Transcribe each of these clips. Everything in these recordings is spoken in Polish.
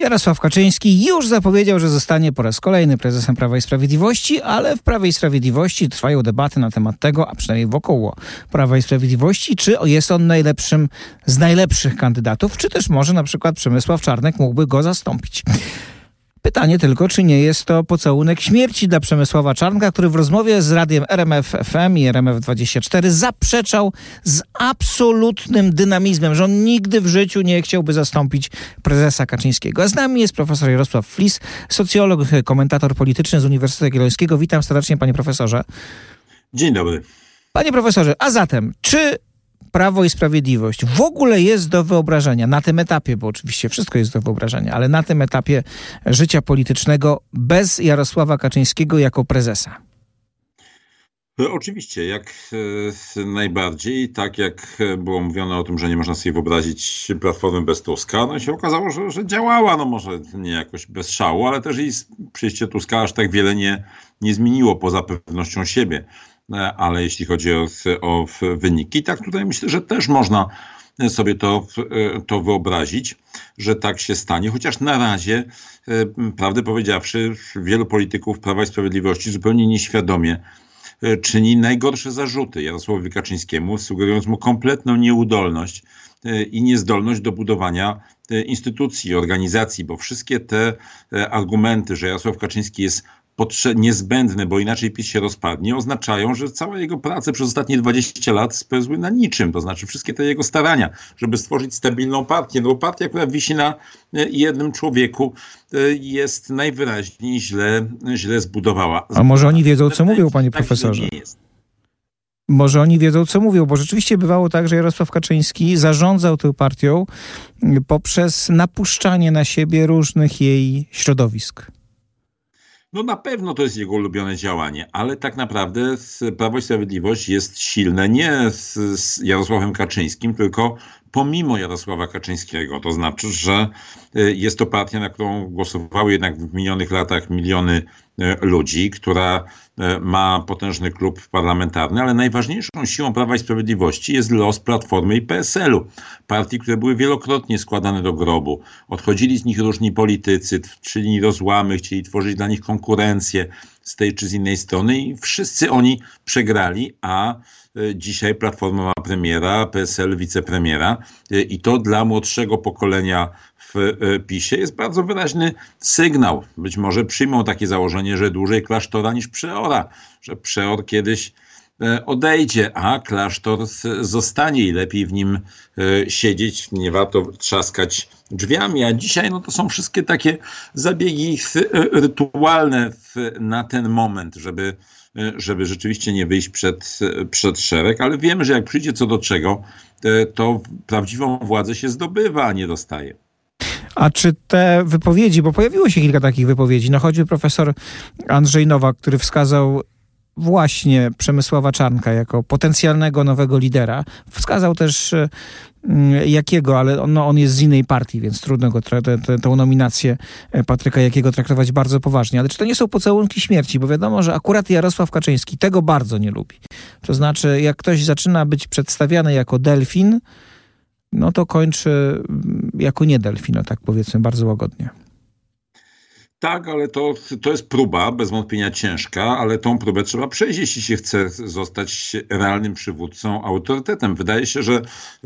Jarosław Kaczyński już zapowiedział, że zostanie po raz kolejny prezesem Prawa i Sprawiedliwości, ale w Prawie i Sprawiedliwości trwają debaty na temat tego, a przynajmniej wokoło Prawa i Sprawiedliwości, czy jest on najlepszym z najlepszych kandydatów, czy też może na przykład Przemysław Czarnek mógłby go zastąpić. Pytanie tylko, czy nie jest to pocałunek śmierci dla Przemysława Czarnka, który w rozmowie z radiem RMF FM i RMF24 zaprzeczał z absolutnym dynamizmem, że on nigdy w życiu nie chciałby zastąpić prezesa Kaczyńskiego. A z nami jest profesor Jarosław Flis, socjolog, komentator polityczny z Uniwersytetu Jagiellońskiego. Witam serdecznie, panie profesorze. Dzień dobry. Panie profesorze, a zatem, czy Prawo i Sprawiedliwość w ogóle jest do wyobrażenia na tym etapie, bo oczywiście wszystko jest do wyobrażenia, ale na tym etapie życia politycznego bez Jarosława Kaczyńskiego jako prezesa? Oczywiście, jak najbardziej. Tak jak było mówione o tym, że nie można sobie wyobrazić Platformy bez Tuska, no i się okazało, że działała, no może nie jakoś bez szału, ale też i przyjście Tuska aż tak wiele nie zmieniło poza pewnością siebie. Ale jeśli chodzi o wyniki, tak tutaj myślę, że też można sobie to wyobrazić, że tak się stanie, chociaż na razie, prawdę powiedziawszy, wielu polityków Prawa i Sprawiedliwości zupełnie nieświadomie czyni najgorsze zarzuty Jarosławowi Kaczyńskiemu, sugerując mu kompletną nieudolność i niezdolność do budowania instytucji, organizacji, bo wszystkie te argumenty, że Jarosław Kaczyński jest niezbędny, bo inaczej PiS się rozpadnie, oznaczają, że całe jego prace przez ostatnie 20 lat spełzły na niczym. To znaczy wszystkie te jego starania, żeby stworzyć stabilną partię, no bo partia, która wisi na jednym człowieku, jest najwyraźniej źle zbudowała. A może oni wiedzą, co mówią, panie profesorze? Może oni wiedzą, co mówią, bo rzeczywiście bywało tak, że Jarosław Kaczyński zarządzał tą partią poprzez napuszczanie na siebie różnych jej środowisk. No na pewno to jest jego ulubione działanie, ale tak naprawdę Prawo i Sprawiedliwość jest silne nie z Jarosławem Kaczyńskim, tylko pomimo Jarosława Kaczyńskiego. To znaczy, że jest to partia, na którą głosowały jednak w minionych latach miliony ludzi, która ma potężny klub parlamentarny, ale najważniejszą siłą Prawa i Sprawiedliwości jest los Platformy i PSL-u. Partii, które były wielokrotnie składane do grobu. Odchodzili z nich różni politycy, czynili rozłamy, chcieli tworzyć dla nich konkurencję z tej czy z innej strony i wszyscy oni przegrali, a dzisiaj Platforma ma premiera, PSL wicepremiera i to dla młodszego pokolenia w PiS-ie jest bardzo wyraźny sygnał. Być może przyjmą takie założenie, że dłużej klasztora niż przeora, że przeor kiedyś odejdzie, a klasztor zostanie i lepiej w nim siedzieć, nie warto trzaskać drzwiami, a dzisiaj no to są wszystkie takie zabiegi rytualne na ten moment, żeby rzeczywiście nie wyjść przed szereg, ale wiemy, że jak przyjdzie co do czego, to prawdziwą władzę się zdobywa, a nie dostaje. A czy te wypowiedzi, bo pojawiło się kilka takich wypowiedzi, no choćby profesor Andrzej Nowak, który wskazał właśnie Przemysława Czarnka jako potencjalnego nowego lidera. Wskazał też Jakiego, ale on jest z innej partii, więc trudno go tę nominację Patryka Jakiego traktować bardzo poważnie. Ale czy to nie są pocałunki śmierci? Bo wiadomo, że akurat Jarosław Kaczyński tego bardzo nie lubi. To znaczy, jak ktoś zaczyna być przedstawiany jako delfin, no to kończy jako nie delfin, no tak powiedzmy bardzo łagodnie. Tak, ale to jest próba, bez wątpienia ciężka, ale tą próbę trzeba przejść, jeśli się chce zostać realnym przywódcą, autorytetem. Wydaje się, że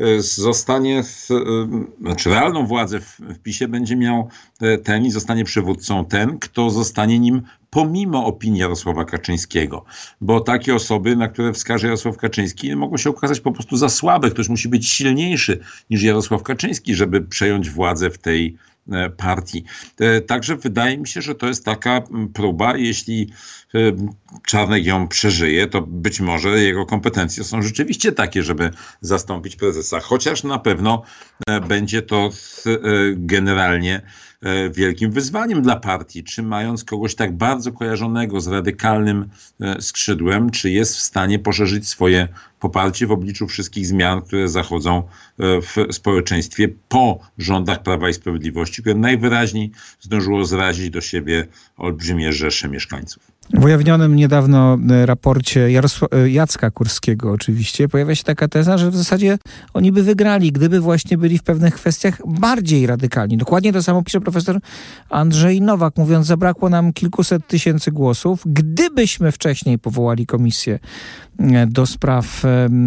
realną władzę w PiS-ie będzie miał ten i zostanie przywódcą ten, kto zostanie nim pomimo opinii Jarosława Kaczyńskiego. Bo takie osoby, na które wskaże Jarosław Kaczyński, mogą się okazać po prostu za słabe. Ktoś musi być silniejszy niż Jarosław Kaczyński, żeby przejąć władzę w tej partii. Także wydaje mi się, że to jest taka próba, jeśli Czarnek ją przeżyje, to być może jego kompetencje są rzeczywiście takie, żeby zastąpić prezesa. Chociaż na pewno będzie to generalnie wielkim wyzwaniem dla partii. Czy mając kogoś tak bardzo kojarzonego z radykalnym skrzydłem, czy jest w stanie poszerzyć swoje poparcie w obliczu wszystkich zmian, które zachodzą w społeczeństwie po rządach Prawa i Sprawiedliwości, które najwyraźniej zdążyło zrazić do siebie olbrzymie rzesze mieszkańców. W ujawnionym niedawno raporcie Jacka Kurskiego oczywiście pojawia się taka teza, że w zasadzie oni by wygrali, gdyby właśnie byli w pewnych kwestiach bardziej radykalni. Dokładnie to samo pisze profesor Andrzej Nowak, mówiąc, zabrakło nam kilkuset tysięcy głosów. Gdybyśmy wcześniej powołali komisję do spraw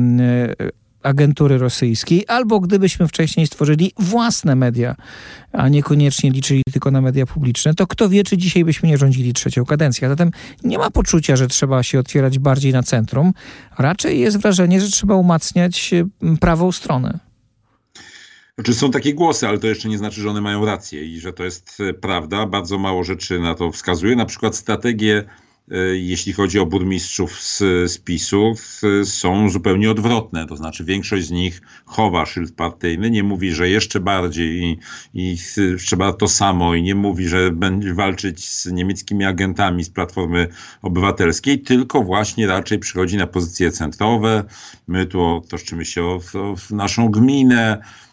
agentury rosyjskiej, albo gdybyśmy wcześniej stworzyli własne media, a niekoniecznie liczyli tylko na media publiczne, to kto wie, czy dzisiaj byśmy nie rządzili trzecią kadencję. A zatem nie ma poczucia, że trzeba się otwierać bardziej na centrum. Raczej jest wrażenie, że trzeba umacniać prawą stronę. Znaczy są takie głosy, ale to jeszcze nie znaczy, że one mają rację i że to jest prawda. Bardzo mało rzeczy na to wskazuje. Na przykład strategie, jeśli chodzi o burmistrzów z PiS-u, są zupełnie odwrotne. To znaczy większość z nich chowa szyld partyjny, nie mówi, że jeszcze bardziej i trzeba to samo i nie mówi, że będzie walczyć z niemieckimi agentami z Platformy Obywatelskiej, tylko właśnie raczej przychodzi na pozycje centrowe. My tu troszczymy się o naszą gminę,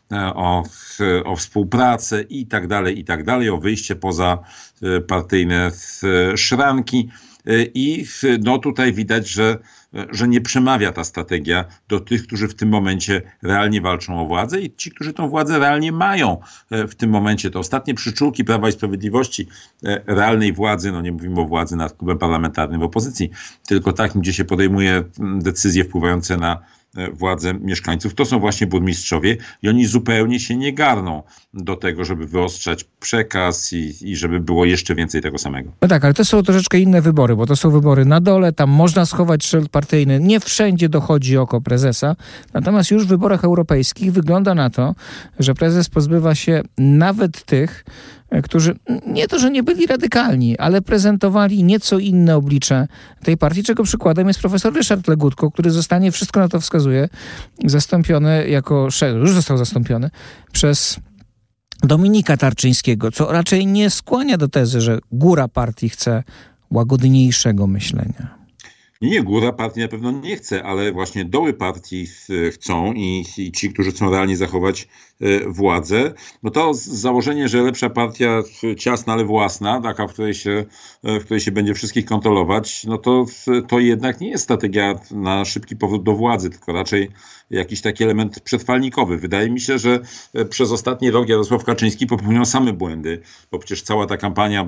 o współpracę i tak dalej, o wyjście poza partyjne szranki. I no tutaj widać, że nie przemawia ta strategia do tych, którzy w tym momencie realnie walczą o władzę i ci, którzy tą władzę realnie mają w tym momencie. To ostatnie przyczółki Prawa i Sprawiedliwości realnej władzy, no nie mówimy o władzy nad klubem parlamentarnym w opozycji, tylko takim, gdzie się podejmuje decyzje wpływające na władzę mieszkańców, to są właśnie burmistrzowie i oni zupełnie się nie garną do tego, żeby wyostrzać przekaz i żeby było jeszcze więcej tego samego. No tak, ale to są troszeczkę inne wybory, bo to są wybory na dole, tam można schować szyld partyjny, nie wszędzie dochodzi oko prezesa, natomiast już w wyborach europejskich wygląda na to, że prezes pozbywa się nawet tych, którzy nie to, że nie byli radykalni, ale prezentowali nieco inne oblicze tej partii, czego przykładem jest profesor Ryszard Legutko, który zostanie, wszystko na to wskazuje, zastąpiony już został zastąpiony przez Dominika Tarczyńskiego, co raczej nie skłania do tezy, że góra partii chce łagodniejszego myślenia. Nie, góra partii na pewno nie chce, ale właśnie doły partii chcą i ci, którzy chcą realnie zachować władzę. No to założenie, że lepsza partia ciasna, ale własna, taka, w której się będzie wszystkich kontrolować, no to jednak nie jest strategia na szybki powrót do władzy, tylko raczej jakiś taki element przetrwalnikowy. Wydaje mi się, że przez ostatni rok Jarosław Kaczyński popełniał same błędy, bo przecież cała ta kampania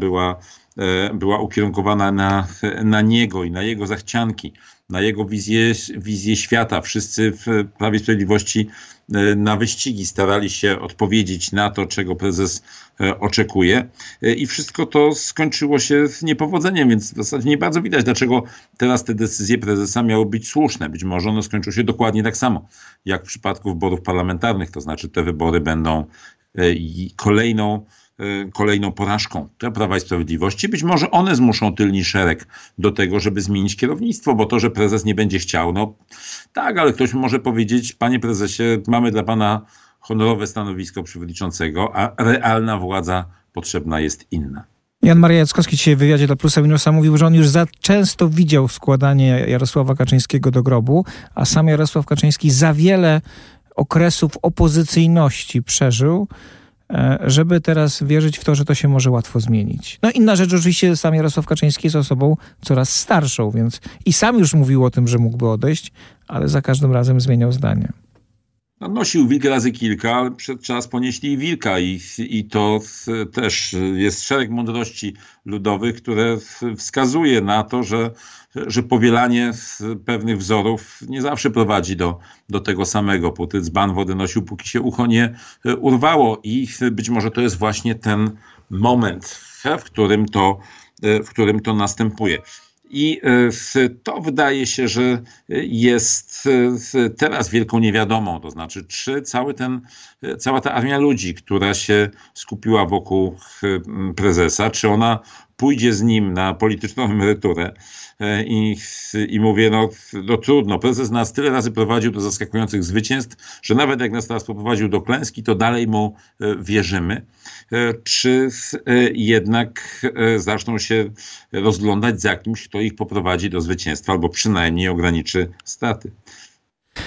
była ukierunkowana na niego i na jego zachcianki, na jego wizję świata. Wszyscy w Prawie i Sprawiedliwości na wyścigi starali się odpowiedzieć na to, czego prezes oczekuje i wszystko to skończyło się niepowodzeniem, więc w zasadzie nie bardzo widać, dlaczego teraz te decyzje prezesa miały być słuszne. Być może one skończą się dokładnie tak samo, jak w przypadku wyborów parlamentarnych, to znaczy te wybory będą kolejną porażką Prawa i Sprawiedliwości. Być może one zmuszą tylny szereg do tego, żeby zmienić kierownictwo, bo to, że prezes nie będzie chciał, no tak, ale ktoś może powiedzieć: panie prezesie, mamy dla pana honorowe stanowisko przewodniczącego, a realna władza potrzebna jest inna. Jan Maria Jackowski dzisiaj w wywiadzie dla Plusa Minusa mówił, że on już za często widział składanie Jarosława Kaczyńskiego do grobu, a sam Jarosław Kaczyński za wiele okresów opozycyjności przeżył, żeby teraz wierzyć w to, że to się może łatwo zmienić. No inna rzecz, oczywiście sam Jarosław Kaczyński jest osobą coraz starszą, więc i sam już mówił o tym, że mógłby odejść, ale za każdym razem zmieniał zdanie. No, nosił wilk razy kilka, ale przed czas ponieśli i wilka i to też jest szereg mądrości ludowych, które wskazuje na to, że powielanie pewnych wzorów nie zawsze prowadzi do tego samego. Póty dzban wody nosił, póki się ucho nie urwało i być może to jest właśnie ten moment, w którym to następuje. I to wydaje się, że jest teraz wielką niewiadomą. To znaczy, czy cała ta armia ludzi, która się skupiła wokół prezesa, czy ona pójdzie z nim na polityczną emeryturę i mówię, no trudno, prezes nas tyle razy prowadził do zaskakujących zwycięstw, że nawet jak nas teraz poprowadził do klęski, to dalej mu wierzymy. Czy jednak zaczną się rozglądać za kimś, kto ich poprowadzi do zwycięstwa albo przynajmniej ograniczy straty.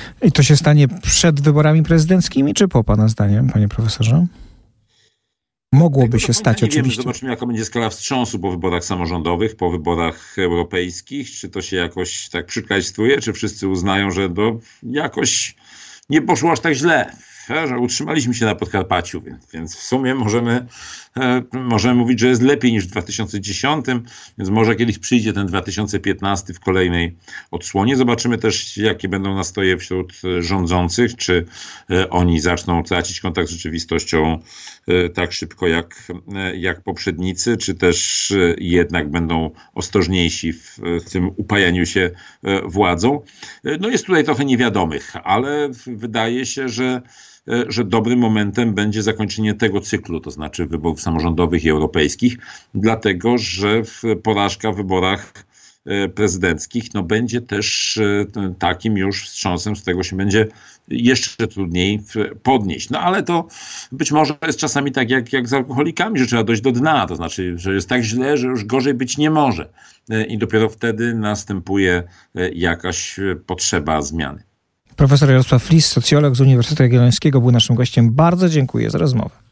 I to się stanie przed wyborami prezydenckimi, czy po pana zdaniem, panie profesorze? Mogłoby się stać oczywiście. Wiemy, zobaczymy, jaka będzie skala wstrząsu po wyborach samorządowych, po wyborach europejskich. Czy to się jakoś tak przykleństwuje, czy wszyscy uznają, że jakoś nie poszło aż tak źle, że utrzymaliśmy się na Podkarpaciu, więc w sumie możemy mówić, że jest lepiej niż w 2010, więc może kiedyś przyjdzie ten 2015 w kolejnej odsłonie. Zobaczymy też, jakie będą nastroje wśród rządzących, czy oni zaczną tracić kontakt z rzeczywistością tak szybko jak poprzednicy, czy też jednak będą ostrożniejsi w tym upajaniu się władzą. No jest tutaj trochę niewiadomych, ale wydaje się, że dobrym momentem będzie zakończenie tego cyklu, to znaczy wyborów samorządowych i europejskich, dlatego że porażka w wyborach prezydenckich będzie też takim już wstrząsem, z którego się będzie jeszcze trudniej podnieść. No ale to być może jest czasami tak jak z alkoholikami, że trzeba dojść do dna, to znaczy, że jest tak źle, że już gorzej być nie może. I dopiero wtedy następuje jakaś potrzeba zmiany. Profesor Jarosław Flis, socjolog z Uniwersytetu Jagiellońskiego, był naszym gościem. Bardzo dziękuję za rozmowę.